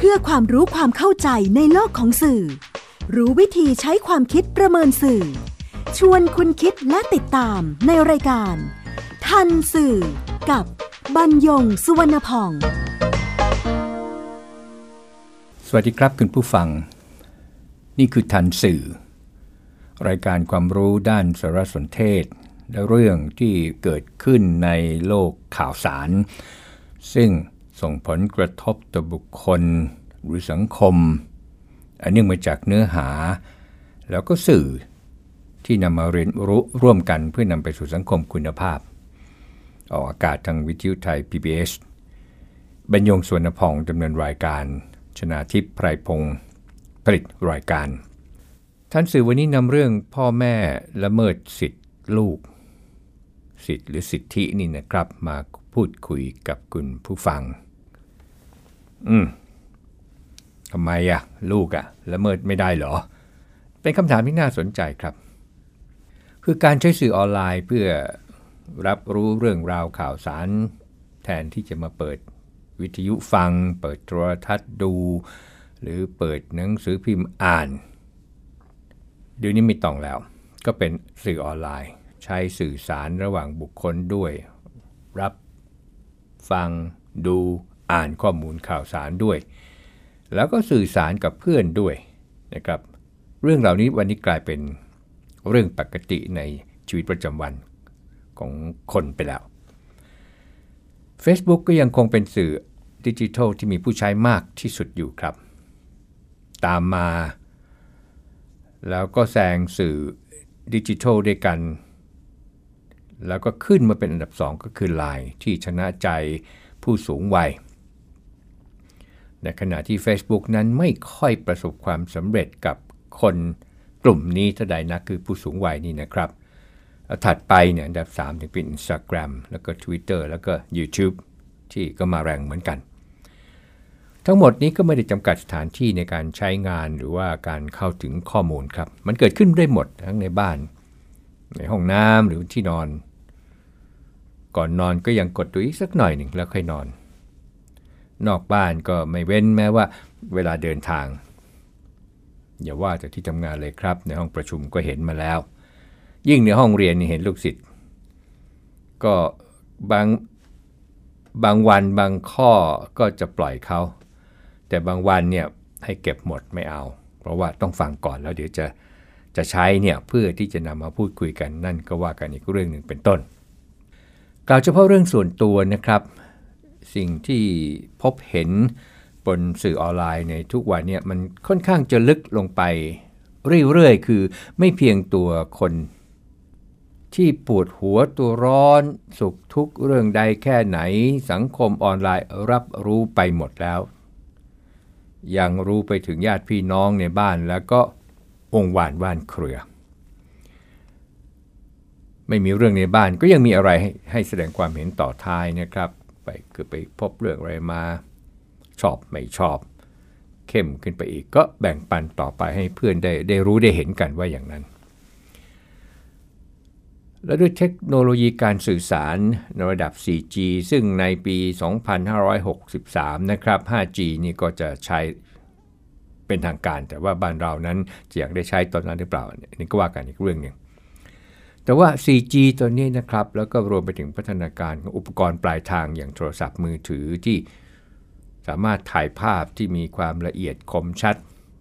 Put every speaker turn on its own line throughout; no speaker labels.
พื่อความรู้ความเข้าใจในโลกของสื่อรู้วิธีใช้ความคิดประเมินสื่อชวนคุณคิดและติดตามในรายการทันสื่อกับบรรยงสุวรรณพอง
สวัสดีครับคุณผู้ฟังนี่คือทันสื่อรายการความรู้ด้านสารสนเทศและเรื่องที่เกิดขึ้นในโลกข่าวสารซึ่งส่งผลกระทบต่อบุคคลหรือสังคมเนื่องมาจากเนื้อหาแล้วก็สื่อที่นำมาเรียนรู้ร่วมกันเพื่อนำไปสู่สังคมคุณภาพออกอากาศทางวิทยุไทย PBS บรรยงสุวรรณพองดำเนินรายการชนาทิพย์ไพรพงศ์ผลิตรายการท่านสื่อวันนี้นำเรื่องพ่อแม่ละเมิดสิทธิลูกสิทธิหรือสิทธินี่นะครับมาพูดคุยกับคุณผู้ฟังทำไมลูกละเมิดไม่ได้เหรอเป็นคำถามที่น่าสนใจครับคือการใช้สื่อออนไลน์เพื่อรับรู้เรื่องราวข่าวสารแทนที่จะมาเปิดวิทยุฟังเปิดโทรทัศน์ดูหรือเปิดหนังสือพิมพ์อ่านเดี๋ยวนี้ไม่ต้องแล้วก็เป็นสื่อออนไลน์ใช้สื่อสารระหว่างบุคคลด้วยรับฟังดูอ่านข้อมูลข่าวสารด้วยแล้วก็สื่อสารกับเพื่อนด้วยนะครับเรื่องเหล่านี้วันนี้กลายเป็นเรื่องปกติในชีวิตประจำวันของคนไปแล้ว Facebook ก็ยังคงเป็นสื่อดิจิทัลที่มีผู้ใช้มากที่สุดอยู่ครับตามมาแล้วก็แซงสื่อดิจิทัลด้วยกันแล้วก็ขึ้นมาเป็นอันดับ2ก็คือ LINE ที่ชนะใจผู้สูงวัยในขณะที่ Facebook นั้นไม่ค่อยประสบความสำเร็จกับคนกลุ่มนี้เท่าใดนักคือผู้สูงวัยนี่นะครับถัดไปเนี่ยอันดับ3ถึงเป็น Instagram แล้วก็ Twitter แล้วก็ YouTube ที่ก็มาแรงเหมือนกันทั้งหมดนี้ก็ไม่ได้จำกัดสถานที่ในการใช้งานหรือว่าการเข้าถึงข้อมูลครับมันเกิดขึ้นได้หมดทั้งในบ้านในห้องน้ำหรือที่นอนก่อนนอนก็ยังกดดูอีกสักหน่อยหนึ่งแล้วค่อยนอนนอกบ้านก็ไม่เว้นแม้ว่าเวลาเดินทางอย่าว่าแต่ที่ทำงานเลยครับในห้องประชุมก็เห็นมาแล้วยิ่งในห้องเรียนนี่เห็นลูกศิษย์ก็บางวันบางข้อก็จะปล่อยเขาแต่บางวันเนี่ยให้เก็บหมดไม่เอาเพราะว่าต้องฟังก่อนแล้วเดี๋ยวจะใช้เนี่ยเพื่อที่จะนำมาพูดคุยกันนั่นก็ว่ากันอีกเรื่องหนึ่งเป็นต้นกล่าวเฉพาะเรื่องส่วนตัวนะครับสิ่งที่พบเห็นบนสื่อออนไลน์ในทุกวันเนี่ยมันค่อนข้างจะลึกลงไปเรื่อยๆคือไม่เพียงตัวคนที่ปวดหัวตัวร้อนสุขทุกข์เรื่องใดแค่ไหนสังคมออนไลน์รับรู้ไปหมดแล้วยังรู้ไปถึงญาติพี่น้องในบ้านแล้วก็องค์ว่านเครือไม่มีเรื่องในบ้านก็ยังมีอะไรให้แสดงความเห็นต่อท้ายนะครับไปพบเรื่องอะไรมาชอบไม่ชอบเข้มขึ้นไปอีกก็แบ่งปันต่อไปให้เพื่อนได้รู้ได้เห็นกันว่าอย่างนั้นและด้วยเทคโนโลยีการสื่อสารในระดับ 4G ซึ่งในปี 2563 นะครับ 5G นี่ก็จะใช้เป็นทางการแต่ว่าบ้านเรานั้นจะอยากได้ใช้ตอนนั้นหรือเปล่านี่ก็ว่ากันอีกเรื่องนึงแต่ว่า 4G ตัวนี้นะครับแล้วก็รวมไปถึงพัฒนาการของอุปกรณ์ปลายทางอย่างโทรศัพท์มือถือที่สามารถถ่ายภาพที่มีความละเอียดคมชัด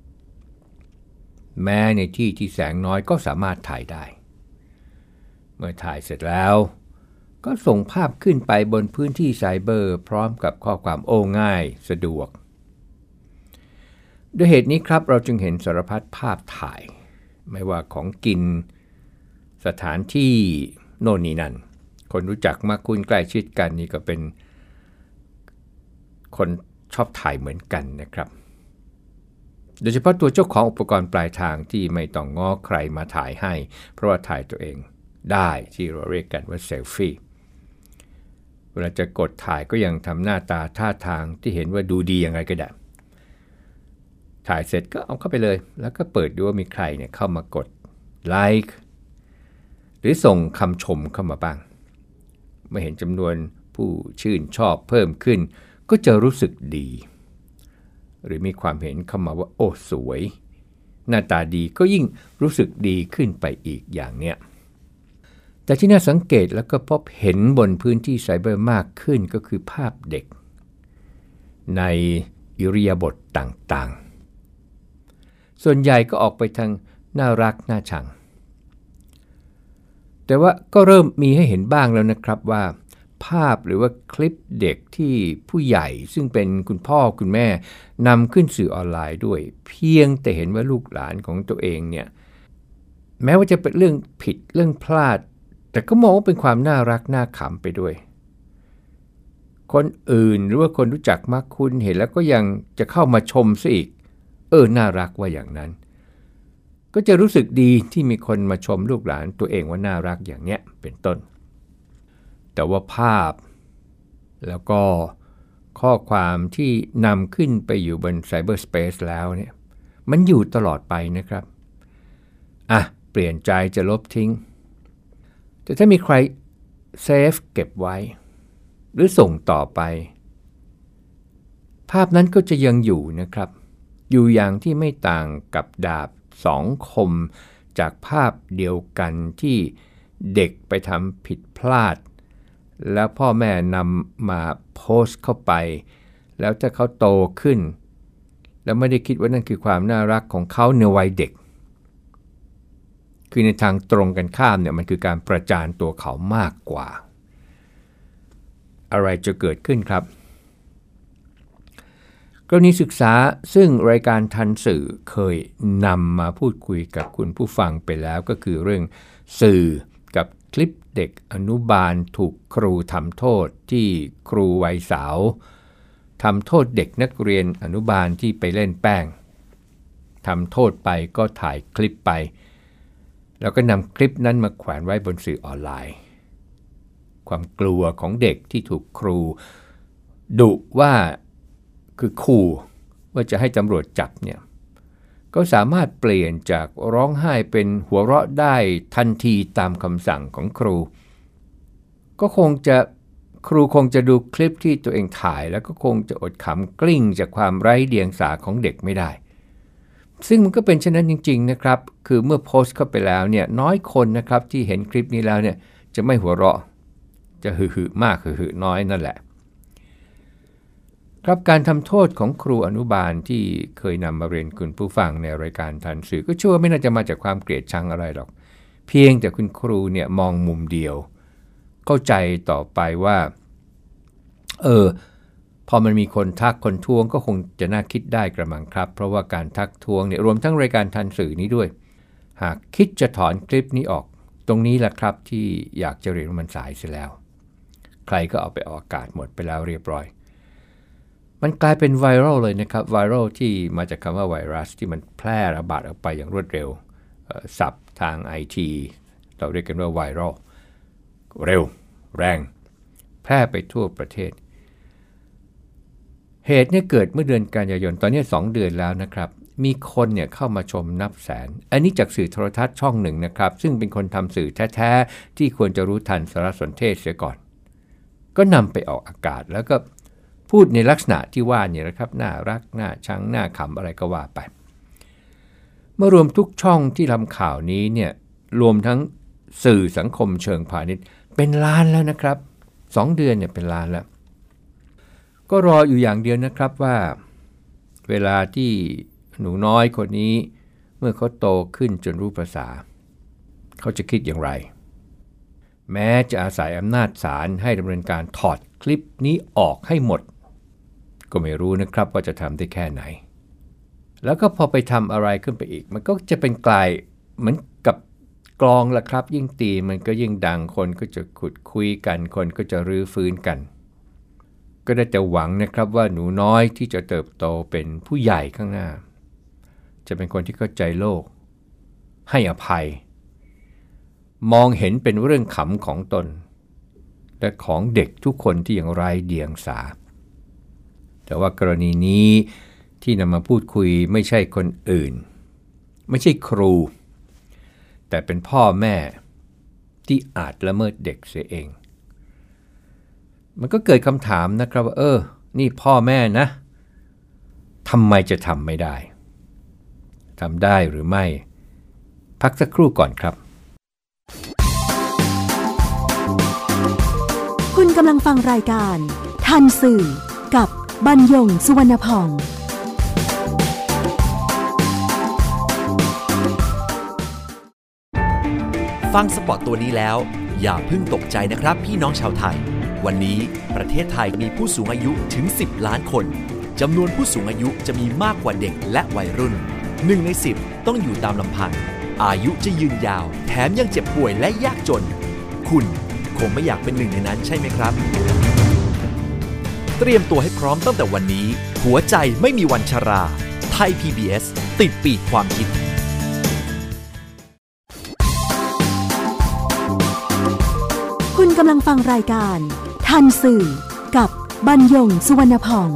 แม้ในที่แสงน้อยก็สามารถถ่ายได้เมื่อถ่ายเสร็จแล้วก็ส่งภาพขึ้นไปบนพื้นที่ไซเบอร์พร้อมกับข้อความโอ้ง่ายสะดวกด้วยเหตุนี้ครับเราจึงเห็นสารพัดภาพถ่ายไม่ว่าของกินสถานที่โน่นนี่นั่นคนรู้จักมากคุ้นใกล้ชิดกันนี่ก็เป็นคนชอบถ่ายเหมือนกันนะครับโดยเฉพาะตัวเจ้าของอุปกรณ์ปลายทางที่ไม่ต้องง้อใครมาถ่ายให้เพราะว่าถ่ายตัวเองได้ที่เราเรียกกันว่าเซลฟี่เวลาจะกดถ่ายก็ยังทำหน้าตาท่าทางที่เห็นว่าดูดียังไงก็ได้ถ่ายเสร็จก็เอาเข้าไปเลยแล้วก็เปิดดูว่ามีใครเนี่ยเข้ามากดไลค์หรือส่งคำชมเข้ามาบ้างเมื่อเห็นจำนวนผู้ชื่นชอบเพิ่มขึ้นก็จะรู้สึกดีหรือมีความเห็นเข้ามาว่าโอ้สวยหน้าตาดีก็ยิ่งรู้สึกดีขึ้นไปอีกอย่างเนี้ยแต่ที่น่าสังเกตแล้วก็พบเห็นบนพื้นที่ไซเบอร์มากขึ้นก็คือภาพเด็กในอิริยาบถต่างๆส่วนใหญ่ก็ออกไปทางน่ารักน่าชังแต่ว่าก็เริ่มมีให้เห็นบ้างแล้วนะครับว่าภาพหรือว่าคลิปเด็กที่ผู้ใหญ่ซึ่งเป็นคุณพ่อคุณแม่นำขึ้นสื่อออนไลน์ด้วยเพียงแต่เห็นว่าลูกหลานของตัวเองเนี่ยแม้ว่าจะเป็นเรื่องผิดเรื่องพลาดแต่ก็มองว่าเป็นความน่ารักน่าขำไปด้วยคนอื่นหรือว่าคนรู้จักมักคุ้นเห็นแล้วก็ยังจะเข้ามาชมซะอีกน่ารักว่าอย่างนั้นก็จะรู้สึกดีที่มีคนมาชมลูกหลานตัวเองว่าน่ารักอย่างเนี้ยเป็นต้นแต่ว่าภาพแล้วก็ข้อความที่นำขึ้นไปอยู่บนไซเบอร์สเปซแล้วเนี่ยมันอยู่ตลอดไปนะครับเปลี่ยนใจจะลบทิ้งแต่ถ้ามีใครเซฟเก็บไว้หรือส่งต่อไปภาพนั้นก็จะยังอยู่นะครับอยู่อย่างที่ไม่ต่างกับดาบสองคมจากภาพเดียวกันที่เด็กไปทำผิดพลาดแล้วพ่อแม่นำมาโพสต์เข้าไปแล้วถ้าเขาโตขึ้นแล้วไม่ได้คิดว่านั่นคือความน่ารักของเขาในวัยเด็กคือในทางตรงกันข้ามเนี่ยมันคือการประจานตัวเขามากกว่าอะไรจะเกิดขึ้นครับกรณีศึกษาซึ่งรายการทันสื่อเคยนำมาพูดคุยกับคุณผู้ฟังไปแล้วก็คือเรื่องสื่อกับคลิปเด็กอนุบาลถูกครูทำโทษที่ครูวัยสาวทำโทษเด็กนักเรียนอนุบาลที่ไปเล่นแป้งทำโทษไปก็ถ่ายคลิปไปแล้วก็นำคลิปนั้นมาแขวนไว้บนสื่อออนไลน์ความกลัวของเด็กที่ถูกครูดุว่าคือขู่ว่าจะให้ตำรวจจับเนี่ยก็สามารถเปลี่ยนจากร้องไห้เป็นหัวเราะได้ทันทีตามคำสั่งของครูก็ครูคงจะดูคลิปที่ตัวเองถ่ายแล้วก็คงจะอดขำกลิ้งจากความไร้เดียงสาของเด็กไม่ได้ซึ่งมันก็เป็นเช่นนั้นจริงๆนะครับคือเมื่อโพสต์เข้าไปแล้วเนี่ยน้อยคนนะครับที่เห็นคลิปนี้แล้วเนี่ยจะไม่หัวเราะจะหือมากหือน้อยนั่นแหละครับการทำโทษของครูอนุบาลที่เคยนำมาเรียนคุณผู้ฟังในรายการทันสื่อก็เชื่อว่าไม่น่าจะมาจากความเกลียดชังอะไรหรอกเพียงแต่คุณครูเนี่ยมองมุมเดียวเข้าใจต่อไปว่าพอมันมีคนทักคนท้วงก็คงจะน่าคิดได้กระมังครับเพราะว่าการทักท้วงเนี่ยรวมทั้งรายการทันสื่อนี้ด้วยหากคิดจะถอนคลิปนี้ออกตรงนี้แหละครับที่อยากจะเรียนว่ามันสายเสียแล้วใครก็เอาไปออกอากาศหมดไปแล้วเรียบร้อยมันกลายเป็นไวรัลเลยนะครับไวรัลที่มาจากคำว่าไวรัสที่มันแพร่ระบาดออกไปอย่างรวดเร็วศัพท์ทาง IT เราเรียกกันว่าไวรัลเร็วแรงแพร่ไปทั่วประเทศเหตุเนี่ยเกิดเมื่อเดือนกันยายนตอนนี้2 เดือนแล้วนะครับมีคนเนี่ยเข้ามาชมนับแสนอันนี้จากสื่อโทรทัศน์ช่องหนึ่งนะครับซึ่งเป็นคนทำสื่อแท้ๆที่ควรจะรู้ทันสารสนเทศเสียก่อนก็นำไปออกอากาศแล้วก็พูดในลักษณะที่ว่าเนี่ยนะครับน่ารักน่าชังน่าขำอะไรก็ว่าไปเมื่อรวมทุกช่องที่ทำข่าวนี้เนี่ยรวมทั้งสื่อสังคมเชิงพาณิชย์เป็นล้านแล้วนะครับ2 เดือนเนี่ยเป็นล้านแล้วก็รออยู่อย่างเดียวนะครับว่าเวลาที่หนูน้อยคนนี้เมื่อเขาโตขึ้นจนรู้ภาษาเขาจะคิดอย่างไรแม้จะอาศัยอำนาจศาลให้ดำเนินการถอดคลิปนี้ออกให้หมดก็ไม่รู้นะครับว่าจะทำได้แค่ไหนแล้วก็พอไปทำอะไรขึ้นไปอีกมันก็จะเป็นกลายเหมือนกับกลองละครับยิ่งตีมันก็ยิ่งดังคนก็จะขุดคุยกันคนก็จะรื้อฟื้นกันก็ได้แต่หวังนะครับว่าหนูน้อยที่จะเติบโตเป็นผู้ใหญ่ข้างหน้าจะเป็นคนที่เข้าใจโลกให้อภัยมองเห็นเป็นเรื่องขำของตนและของเด็กทุกคนที่ยังไร้เดียงสาแต่ว่ากรณีนี้ที่นำมาพูดคุยไม่ใช่คนอื่นไม่ใช่ครูแต่เป็นพ่อแม่ที่อาจละเมิดเด็กเสียเองมันก็เกิดคำถามนะครับว่านี่พ่อแม่นะททำไมจะทำไม่ได้ทำได้หรือไม่พักสักครู่ก่อนครับ
คุณกำลังฟังรายการทันสื่อกับบรรยงสุวรรณพอง
ฟังสปอตตัวนี้แล้วอย่าเพิ่งตกใจนะครับพี่น้องชาวไทยวันนี้ประเทศไทยมีผู้สูงอายุถึง10 ล้านคนจำนวนผู้สูงอายุจะมีมากกว่าเด็กและวัยรุ่น1 ใน 10ต้องอยู่ตามลำพังอายุจะยืนยาวแถมยังเจ็บป่วยและยากจนคุณคงไม่อยากเป็นหนึ่งในนั้นใช่ไหมครับเตรียมตัวให้พร้อมตั้งแต่วันนี้หัวใจไม่มีวันชราไทย PBS ติดปีกความคิด
คุณกำลังฟังรายการทันสื่อกับบรรยงสุวรรณพอง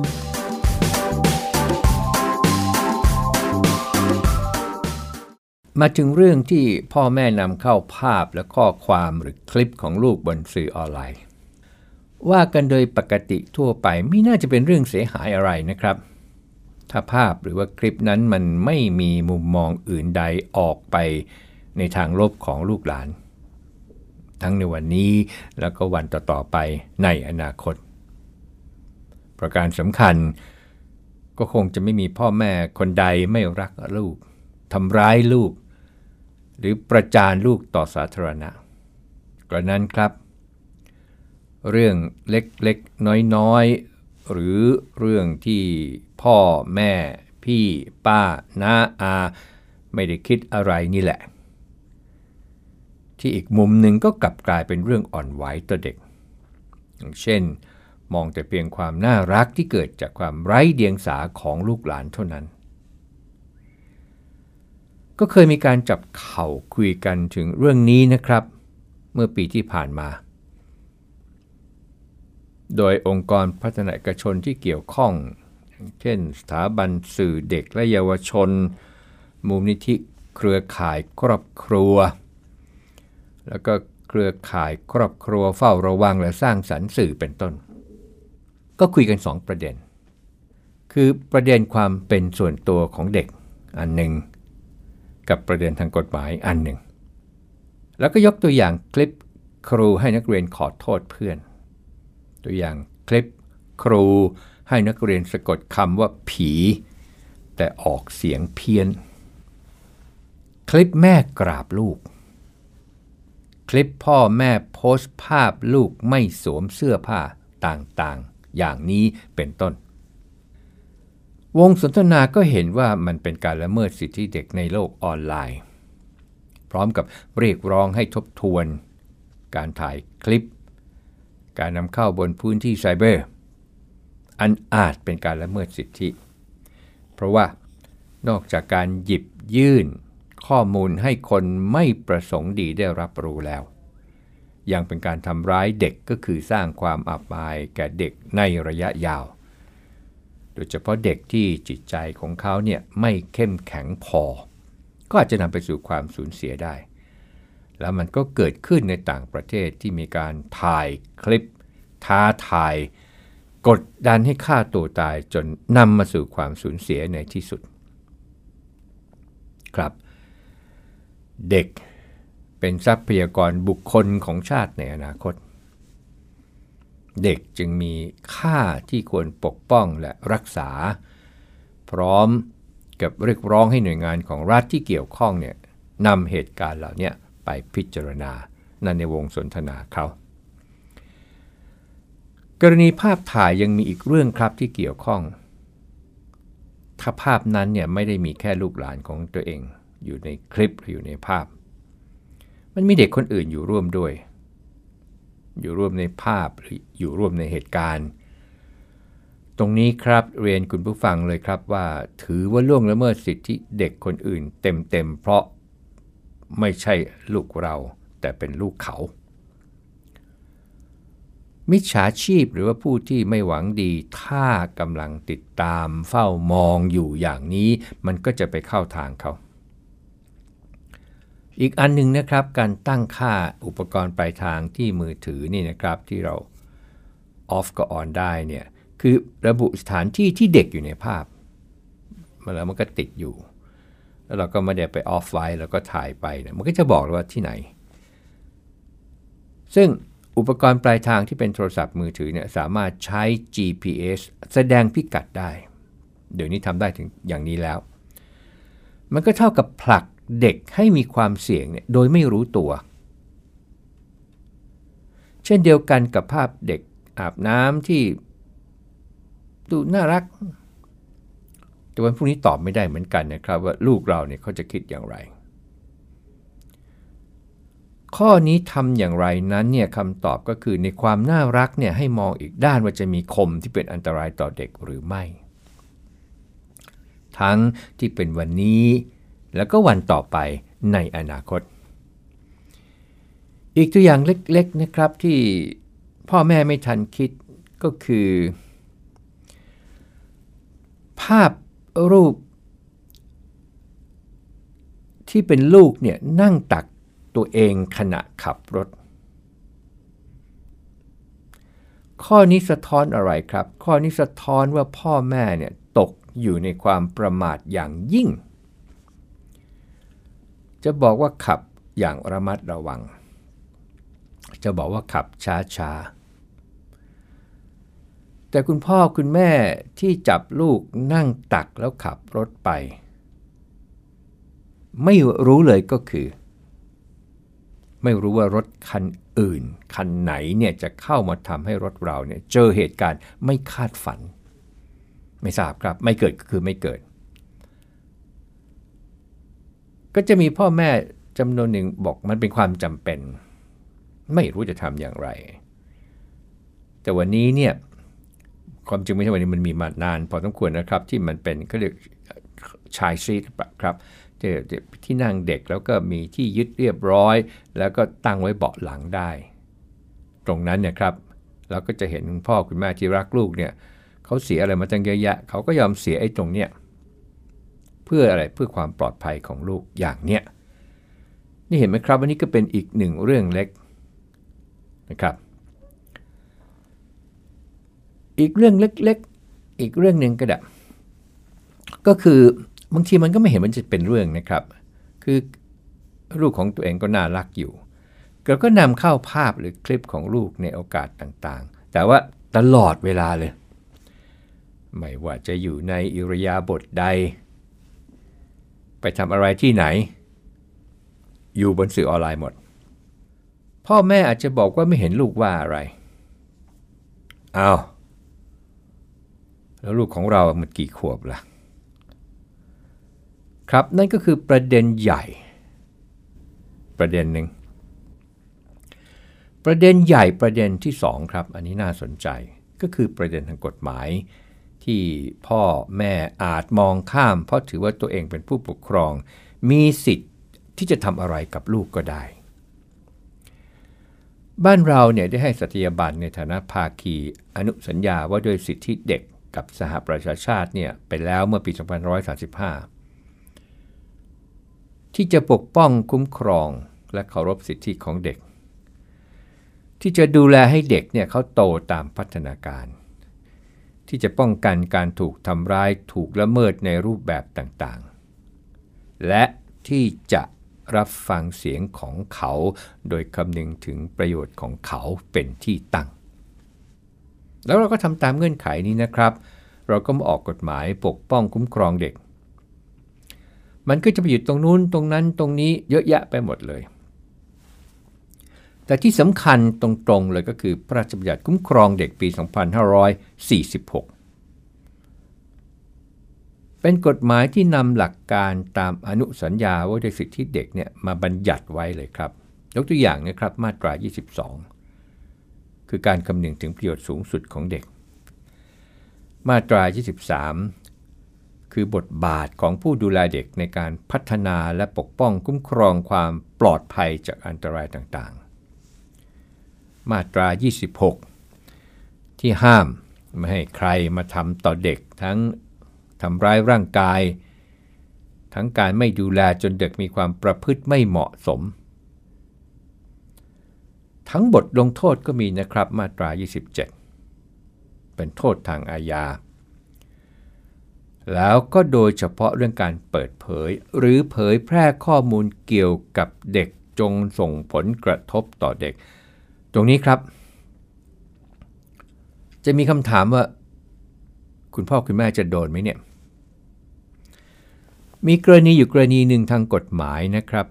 มาถึงเรื่องที่พ่อแม่นำเข้าภาพและข้อความหรือคลิปของลูกบนสื่อออนไลน์ว่ากันโดยปกติทั่วไปไม่น่าจะเป็นเรื่องเสียหายอะไรนะครับถ้าภาพหรือว่าคลิปนั้นมันไม่มีมุมมองอื่นใดออกไปในทางลบของลูกหลานทั้งในวันนี้แล้วก็วันต่อๆไปในอนาคตประการสำคัญก็คงจะไม่มีพ่อแม่คนใดไม่รักลูกทำร้ายลูกหรือประจานลูกต่อสาธารณะกระนั้นครับเรื่องเล็กๆน้อยๆหรือเรื่องที่พ่อแม่พี่ป้าน้าอาไม่ได้คิดอะไรนี่แหละที่อีกมุมหนึ่งก็กลับกลายเป็นเรื่องอ่อนไหวต่อเด็กอย่างเช่นมองแต่เพียงความน่ารักที่เกิดจากความไร้เดียงสาของลูกหลานเท่านั้นก็เคยมีการจับเข่าคุยกันถึงเรื่องนี้นะครับเมื่อปีที่ผ่านมาโดยองค์กรพัฒนาเอกชนที่เกี่ยวข้องเช่นสถาบันสื่อเด็กและเยาวชนมูลนิธิเครือข่ายครอบครัวแล้วก็เครือข่ายครอบครัวเฝ้าระวังและสร้างสรรค์สื่อเป็นต้นก็คุยกัน2ประเด็นคือประเด็นความเป็นส่วนตัวของเด็กอันหนึ่งกับประเด็นทางกฎหมายอันหนึ่งแล้วก็ยกตัวอย่างคลิปครูให้นักเรียนขอโทษเพื่อนตัวอย่างคลิปครูให้นักเรียนสะกดคำว่าผีแต่ออกเสียงเพี้ยนคลิปแม่กราบลูกคลิปพ่อแม่โพสต์ภาพลูกไม่สวมเสื้อผ้าต่างๆอย่างนี้เป็นต้นวงสนทนาก็เห็นว่ามันเป็นการละเมิดสิทธิเด็กในโลกออนไลน์พร้อมกับเรียกร้องให้ทบทวนการถ่ายคลิปการนำเข้าบนพื้นที่ไซเบอร์อันอาจเป็นการละเมิดสิทธิเพราะว่านอกจากการหยิบยื่นข้อมูลให้คนไม่ประสงค์ดีได้รับรู้แล้วยังเป็นการทำร้ายเด็กก็คือสร้างความอับอายแก่เด็กในระยะยาวโดยเฉพาะเด็กที่จิตใจของเขาเนี่ยไม่เข้มแข็งพอก็อาจจะนำไปสู่ความสูญเสียได้แล้วมันก็เกิดขึ้นในต่างประเทศที่มีการถ่ายคลิปท้าทายกดดันให้ฆ่าตัวตายจนนำมาสู่ความสูญเสียในที่สุดครับเด็กเป็นทรัพยากรบุคคลของชาติในอนาคตเด็กจึงมีค่าที่ควรปกป้องและรักษาพร้อมกับเรียกร้องให้หน่วยงานของรัฐที่เกี่ยวข้องเนี่ยนำเหตุการณ์เหล่านี้ไปพิจารณานั่นในวงสนทนาเขากรณีภาพถ่ายยังมีอีกเรื่องครับที่เกี่ยวข้องถ้าภาพนั้นเนี่ยไม่ได้มีแค่ลูกหลานของตัวเองอยู่ในคลิปหรืออยู่ในภาพมันมีเด็กคนอื่นอยู่ร่วมด้วยอยู่ร่วมในภาพหรืออยู่ร่วมในเหตุการณ์ตรงนี้ครับเรียนคุณผู้ฟังเลยครับว่าถือว่าล่วงละเมิดสิทธิเด็กคนอื่นเต็มๆเพราะไม่ใช่ลูกเราแต่เป็นลูกเขามิจฉาชีพหรือว่าผู้ที่ไม่หวังดีถ้ากำลังติดตามเฝ้ามองอยู่อย่างนี้มันก็จะไปเข้าทางเขาอีกอันหนึ่งนะครับการตั้งค่าอุปกรณ์ปลายทางที่มือถือนี่นะครับที่เราออฟก็ออนได้เนี่ยคือระบุสถานที่ที่เด็กอยู่ในภาพแล้วมันก็ติดอยู่แล้วเราก็ไม่ได้ไปออฟไว้แล้วก็ถ่ายไปเนี่ยมันก็จะบอกว่าที่ไหนซึ่งอุปกรณ์ปลายทางที่เป็นโทรศัพท์มือถือเนี่ยสามารถใช้ GPS แสดงพิกัดได้เดี๋ยวนี้ทำได้ถึงอย่างนี้แล้วมันก็เท่ากับผลักเด็กให้มีความเสี่ยงเนี่ยโดยไม่รู้ตัวเช่นเดียวกันกับภาพเด็กอาบน้ำที่ดูน่ารักแต่วันพรุ่งนี้ตอบไม่ได้เหมือนกันนะครับว่าลูกเราเนี่ยเขาจะคิดอย่างไรข้อนี้ทำอย่างไรนั้นเนี่ยคำตอบก็คือในความน่ารักเนี่ยให้มองอีกด้านว่าจะมีคมที่เป็นอันตรายต่อเด็กหรือไม่ทั้งที่เป็นวันนี้แล้วก็วันต่อไปในอนาคตอีกตัวอย่างเล็กๆนะครับที่พ่อแม่ไม่ทันคิดก็คือภาพรูปที่เป็นลูกเนี่ยนั่งตักตัวเองขณะขับรถข้อนี้สะท้อนอะไรครับข้อนี้สะท้อนว่าพ่อแม่เนี่ยตกอยู่ในความประมาทอย่างยิ่งจะบอกว่าขับอย่างระมัดระวังจะบอกว่าขับช้าๆแต่คุณพ่อคุณแม่ที่จับลูกนั่งตักแล้วขับรถไปไม่รู้เลยก็คือไม่รู้ว่ารถคันอื่นคันไหนเนี่ยจะเข้ามาทำให้รถเราเนี่ยเจอเหตุการณ์ไม่คาดฝันไม่ทราบครับไม่เกิดก็คือไม่เกิดก็จะมีพ่อแม่จำนวนหนึ่งบอกมันเป็นความจำเป็นไม่รู้จะทำอย่างไรแต่วันนี้เนี่ยความจริงไม่ใช่วันนี้มันมีมานานพอสมควรนะครับที่มันเป็นเขาเรียกชายซีทครับที่นั่งเด็กแล้วก็มีที่ยึดเรียบร้อยแล้วก็ตั้งไว้เบาะหลังได้ตรงนั้นเนี่ยครับเราก็จะเห็นคุณพ่อคุณแม่ที่รักลูกเนี่ยเขาเสียอะไรมาตั้งเยอะแยะเขาก็ยอมเสียไอ้ตรงเนี้ยเพื่ออะไรเพื่อความปลอดภัยของลูกอย่างเนี้ยนี่เห็นไหมครับวันนี้ก็เป็นอีกหนึ่งเรื่องเล็กนะครับอีกเรื่องเล็กๆอีกเรื่องหนึ่งก็คือบางทีมันก็ไม่เห็นมันจะเป็นเรื่องนะครับคือลูกของตัวเองก็น่ารักอยู่เราก็นำเข้าภาพหรือคลิปของลูกในโอกาสต่างๆแต่ว่าตลอดเวลาเลยไม่ว่าจะอยู่ในอิริยาบถใดไปทำอะไรที่ไหนอยู่บนสื่อออนไลน์หมดพ่อแม่อาจจะบอกว่าไม่เห็นลูกว่าอะไรอ้าวแล้วลูกของเรามันกี่ขวบล่ะครับนั่นก็คือประเด็นใหญ่ประเด็นหนึ่งประเด็นใหญ่ประเด็นที่2ครับอันนี้น่าสนใจก็คือประเด็นทางกฎหมายที่พ่อแม่อาจมองข้ามเพราะถือว่าตัวเองเป็นผู้ปกครองมีสิทธิ์ที่จะทำอะไรกับลูกก็ได้บ้านเราเนี่ยได้ให้สัตยาบันในฐานะภาคีอนุสัญญาว่าด้วยสิทธิเด็กกับสหประชาชาติเนี่ยไปแล้วเมื่อปี 2535ที่จะปกป้องคุ้มครองและเคารพสิทธิของเด็กที่จะดูแลให้เด็กเนี่ยเขาโตตามพัฒนาการที่จะป้องกันการถูกทำร้ายถูกละเมิดในรูปแบบต่างๆและที่จะรับฟังเสียงของเขาโดยคำนึงถึงประโยชน์ของเขาเป็นที่ตั้งแล้วเราก็ทำตามเงื่อนไขนี้นะครับเราก็มาออกกฎหมายปกป้องคุ้มครองเด็กมันก็จะไปอยู่ตรงนู้นตรงนั้นตรงนี้เยอะแยะไปหมดเลยแต่ที่สำคัญตรงๆเลยก็คือพระราชบัญญัติคุ้มครองเด็กปี 2546 เป็นกฎหมายที่นำหลักการตามอนุสัญญาว่าด้วยสิทธิเด็กเนี่ยมาบัญญัติไว้เลยครับยกตัวอย่างนะครับมาตรา 22 คือการคำนึงถึงประโยชน์สูงสุดของเด็กมาตรา 23 คือบทบาทของผู้ดูแลเด็กในการพัฒนาและปกป้องคุ้มครองความปลอดภัยจากอันตรายต่างๆมาตรา 26 ที่ห้ามไม่ให้ใครมาทำต่อเด็กทั้งทำร้ายร่างกายทั้งการไม่ดูแลจนเด็กมีความประพฤติไม่เหมาะสมทั้งบทลงโทษก็มีนะครับมาตรา 27 เป็นโทษทางอาญาแล้วก็โดยเฉพาะเรื่องการเปิดเผยหรือเผยแพร่ข้อมูลเกี่ยวกับเด็กจงส่งผลกระทบต่อเด็กตรงนี้ครับจะมีคำถามว่าคุณพ่อคุณแม่จะโดนไหมเนี่ยมีกรณีอยู่กรณีหนึ่งทางกฎหมายนะครับ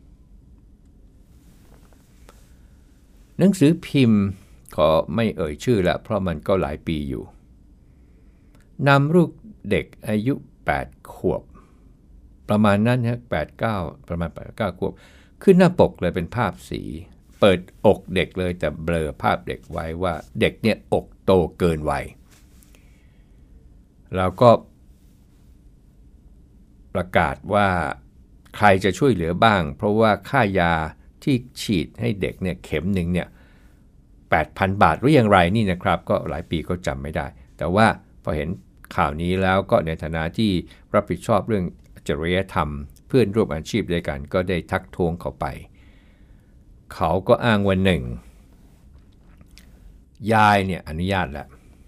หนังสือพิมพ์ขอไม่เอ่ยชื่อละเพราะมันก็หลายปีอยู่นำรูปเด็กอายุ8ขวบประมาณนั้นฮะ8-9ประมาณ8-9ขวบขึ้นหน้าปกเลยเป็นภาพสีเปิดอกเด็กเลยแต่เบลอภาพเด็กไว้ว่าเด็กเนี่ยอกโตเกินวัยแล้วก็ประกาศว่าใครจะช่วยเหลือบ้างเพราะว่าค่ายาที่ฉีดให้เด็กเนี่ยเข็มหนึ่งเนี่ย 8,000 บาทหรืออย่างไรนี่นะครับก็หลายปีก็จำไม่ได้แต่ว่าพอเห็นข่าวนี้แล้วก็ในฐานะที่รับผิดชอบเรื่องจริยธรรมเพื่อนร่วมอาชีพด้วยกันก็ได้ทักท้วงเขาไปเขาก็อ้างว่าหนึ่งยายเนี่ยอนุญาตแล้ว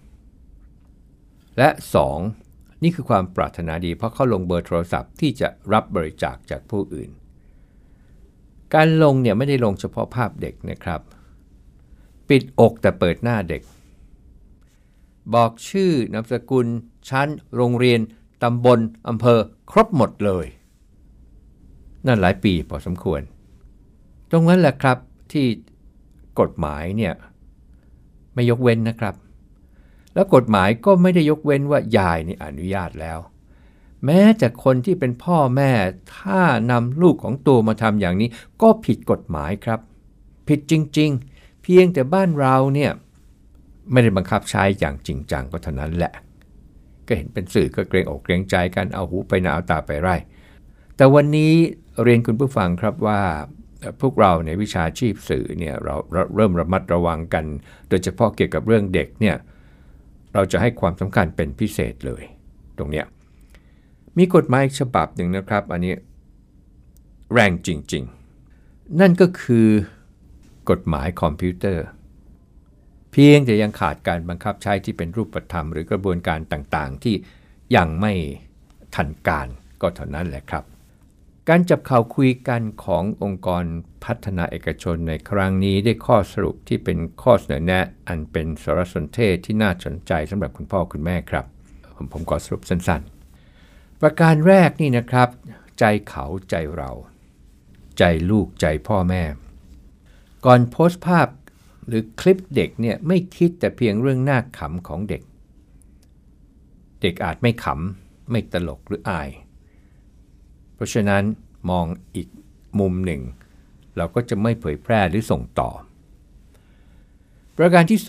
และ2นี่คือความปรารถนาดีเพราะเขาลงเบอร์โทรศัพท์ที่จะรับบริจาคจากผู้อื่นการลงเนี่ยไม่ได้ลงเฉพาะภาพเด็กนะครับปิดอกแต่เปิดหน้าเด็กบอกชื่อนามสกุลชั้นโรงเรียนตำบลอำเภอครบหมดเลยนั่นหลายปีพอสมควรตรงนั้นแหละครับที่กฎหมายเนี่ยไม่ยกเว้นนะครับแล้วกฎหมายก็ไม่ได้ยกเว้นว่ายายนี่อนุญาตแล้วแม้แต่คนที่เป็นพ่อแม่ถ้านำลูกของตัวมาทำอย่างนี้ก็ผิดกฎหมายครับผิดจริงๆเพียงแต่บ้านเราเนี่ยไม่ได้บังคับใช้อย่างจริงจังก็เท่านั้นแหละก็เห็นเป็นสื่อก็เกรงอกเกรงใจกันเอาหูไปนาเอาตาไปไร่แต่วันนี้เรียนคุณผู้ฟังครับว่าพวกเราในวิชาชีพสื่อเนี่ยเราเริ่มระมัดระวังกันโดยเฉพาะเกี่ยวกับเรื่องเด็กเนี่ยเราจะให้ความสำคัญเป็นพิเศษเลยตรงเนี้ยมีกฎหมายฉบับหนึ่งนะครับอันนี้แรงจริงๆนั่นก็คือกฎหมายคอมพิวเตอร์เพียงแต่ยังขาดการบังคับใช้ที่เป็นรูปธรรมหรือกระบวนการต่างๆที่ยังไม่ทันการก็เท่านั้นแหละครับการจับเข่าคุยกันขององค์กรพัฒนาเอกชนในครั้งนี้ได้ข้อสรุปที่เป็นข้อเสนอแนะอันเป็นสารสนเทศที่น่าสนใจสำหรับคุณพ่อคุณแม่ครับผมขอสรุปสั้นๆประการแรกนี่นะครับใจเขาใจเราใจลูกใจพ่อแม่ก่อนโพสต์ภาพหรือคลิปเด็กเนี่ยไม่คิดแต่เพียงเรื่องน่าขำของเด็กเด็กอาจไม่ขำไม่ตลกหรืออายเพราะฉะนั้นมองอีกมุมหนึ่งเราก็จะไม่เผยแพร่หรือส่งต่อประการที่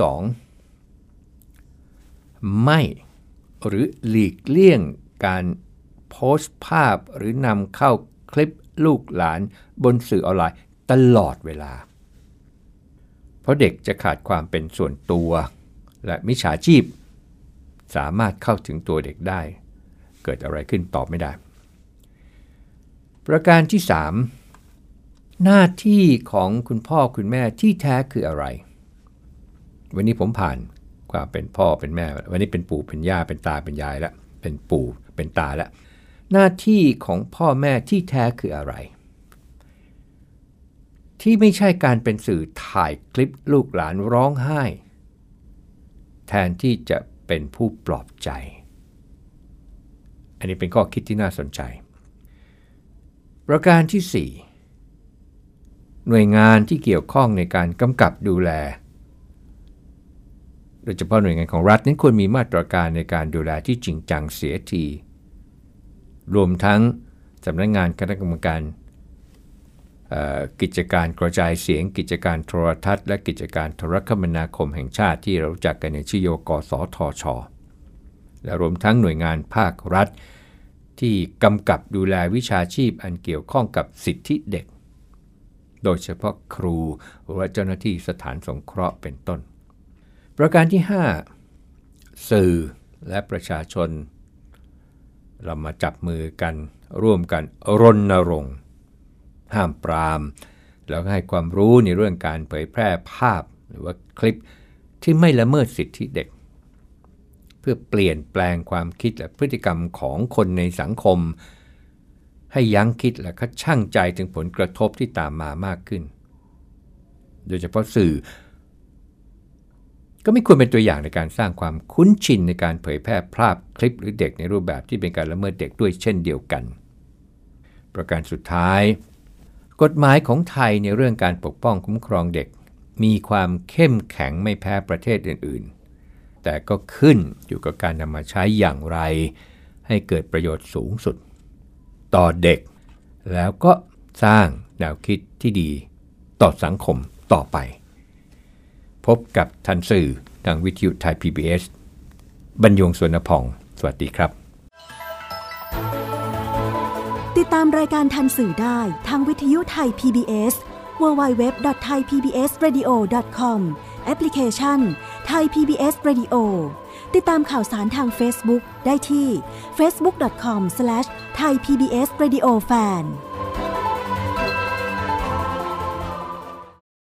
2ไม่หรือหลีกเลี่ยงการโพสต์ภาพหรือนำเข้าคลิปลูกหลานบนสื่อออนไลน์ตลอดเวลาเพราะเด็กจะขาดความเป็นส่วนตัวและมิจฉาชีพสามารถเข้าถึงตัวเด็กได้เกิดอะไรขึ้นตอบไม่ได้ประการที่3หน้าที่ของคุณพ่อคุณแม่ที่แท้คืออะไรวันนี้ผมผ่านความเป็นพ่อเป็นแม่วันนี้เป็นปู่เป็นย่าเป็นตาเป็นยายแล้วเป็นปู่เป็นตาแล้วหน้าที่ของพ่อแม่ที่แท้คืออะไรที่ไม่ใช่การเป็นสื่อถ่ายคลิปลูกหลานร้องไห้แทนที่จะเป็นผู้ปลอบใจอันนี้เป็นข้อคิดที่น่าสนใจประการที่4หน่วยงานที่เกี่ยวข้องในการกำกับดูแลโดยเฉพาะหน่วยงานของรัฐนั้นควรมีมาตรการในการดูแลที่จริงจังเสียทีรวมทั้งสำนักงานคณะกรรมการกิจการกระจายเสียงกิจการโทรทัศน์และกิจการโทรคมนาคมแห่งชาติที่เรารู้จักกันในชื่อ กสทช.และรวมทั้งหน่วยงานภาครัฐที่กำกับดูแลวิชาชีพอันเกี่ยวข้องกับสิทธิเด็กโดยเฉพาะครูหรือว่าเจ้าหน้าที่สถานสงเคราะห์เป็นต้นประการที่5สื่อและประชาชนเรามาจับมือกันร่วมกันรณรงค์ห้ามปรามแล้วก็ให้ความรู้ในเรื่องการเผยแพร่ภาพหรือว่าคลิปที่ไม่ละเมิดสิทธิเด็กเพื่อเปลี่ยนแปลงความคิดและพฤติกรรมของคนในสังคมให้ยั้งคิดและชั่งใจถึงผลกระทบที่ตามมามากขึ้นโดยเฉพาะสื่อก็ไม่ควรเป็นตัวอย่างในการสร้างความคุ้นชินในการเผยแพร่ภาพคลิปหรือเด็กในรูปแบบที่เป็นการละเมิดเด็กด้วยเช่นเดียวกันประการสุดท้ายกฎหมายของไทยในเรื่องการปกป้องคุ้มครองเด็กมีความเข้มแข็งไม่แพ้ประเทศอื่นๆแต่ก็ขึ้นอยู่กับการนำมาใช้อย่างไรให้เกิดประโยชน์สูงสุดต่อเด็กแล้วก็สร้างแนวคิดที่ดีต่อสังคมต่อไปพบกับทันสื่อทางวิทยุไทย PBS บรรยงสวนพองสวัสดีครับ
ติดตามรายการทันสื่อได้ทางวิทยุไทย PBS www.thaipbsradio.com แอปพลิเคชัน Thai PBS Radio ติดตามข่าวสารทาง Facebook ได้ที่ facebook.com/thaipbsradiofan